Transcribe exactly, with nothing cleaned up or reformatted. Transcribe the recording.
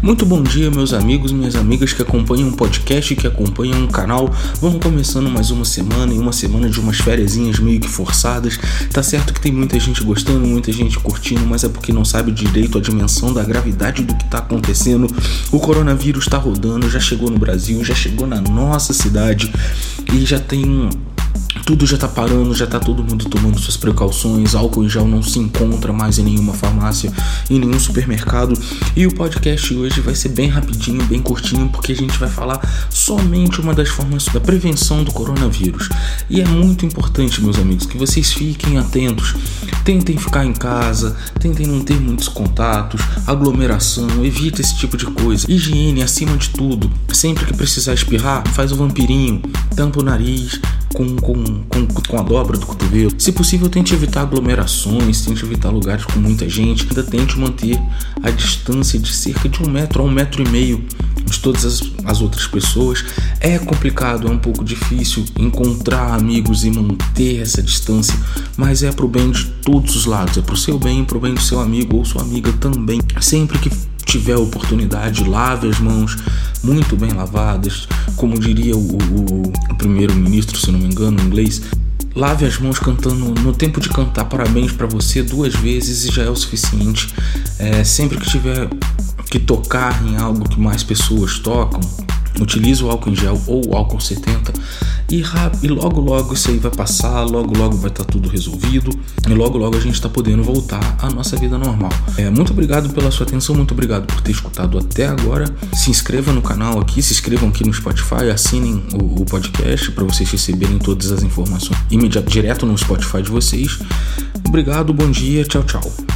Muito bom dia, meus amigos e minhas amigas que acompanham o podcast e que acompanham o canal. Vamos começando mais uma semana, e uma semana de umas fériasinhas meio que forçadas. Tá certo que tem muita gente gostando, muita gente curtindo, mas é porque não sabe direito a dimensão da gravidade do que tá acontecendo. O coronavírus tá rodando, já chegou no Brasil, já chegou na nossa cidade e já tem... Tudo já tá parando, já tá todo mundo tomando suas precauções, álcool em gel não se encontra mais em nenhuma farmácia, em nenhum supermercado. E o podcast hoje vai ser bem rapidinho, bem curtinho, porque a gente vai falar somente uma das formas da prevenção do coronavírus. E é muito importante, meus amigos, que vocês fiquem atentos, tentem ficar em casa, tentem não ter muitos contatos, aglomeração, evita esse tipo de coisa. Higiene acima de tudo, sempre que precisar espirrar, faz o vampirinho, tampa o nariz com, com, com, com a dobra do cotovelo. Se possível, tente evitar aglomerações, tente evitar lugares com muita gente, ainda tente manter a distância de cerca de um metro a um metro e meio de todas as, as outras pessoas. É complicado, é um pouco difícil encontrar amigos e manter essa distância, mas é pro bem de todos os lados, é pro seu bem, pro bem do seu amigo ou sua amiga também. Sempre que tiver oportunidade, lave as mãos muito bem lavadas, como diria o, o, o primeiro-ministro, se não me engano, em inglês. Lave as mãos cantando, no tempo de cantar parabéns para você duas vezes e já é o suficiente. É, sempre que tiver que tocar em algo que mais pessoas tocam, utilize o álcool em gel ou o álcool setenta e, e logo logo isso aí vai passar, logo logo vai estar tudo resolvido e logo logo a gente está podendo voltar à nossa vida normal. É, muito obrigado pela sua atenção, muito obrigado por ter escutado até agora. Se inscreva no canal aqui, se inscrevam aqui no Spotify, assinem o, o podcast para vocês receberem todas as informações imediato, direto no Spotify de vocês. Obrigado, bom dia, tchau, tchau.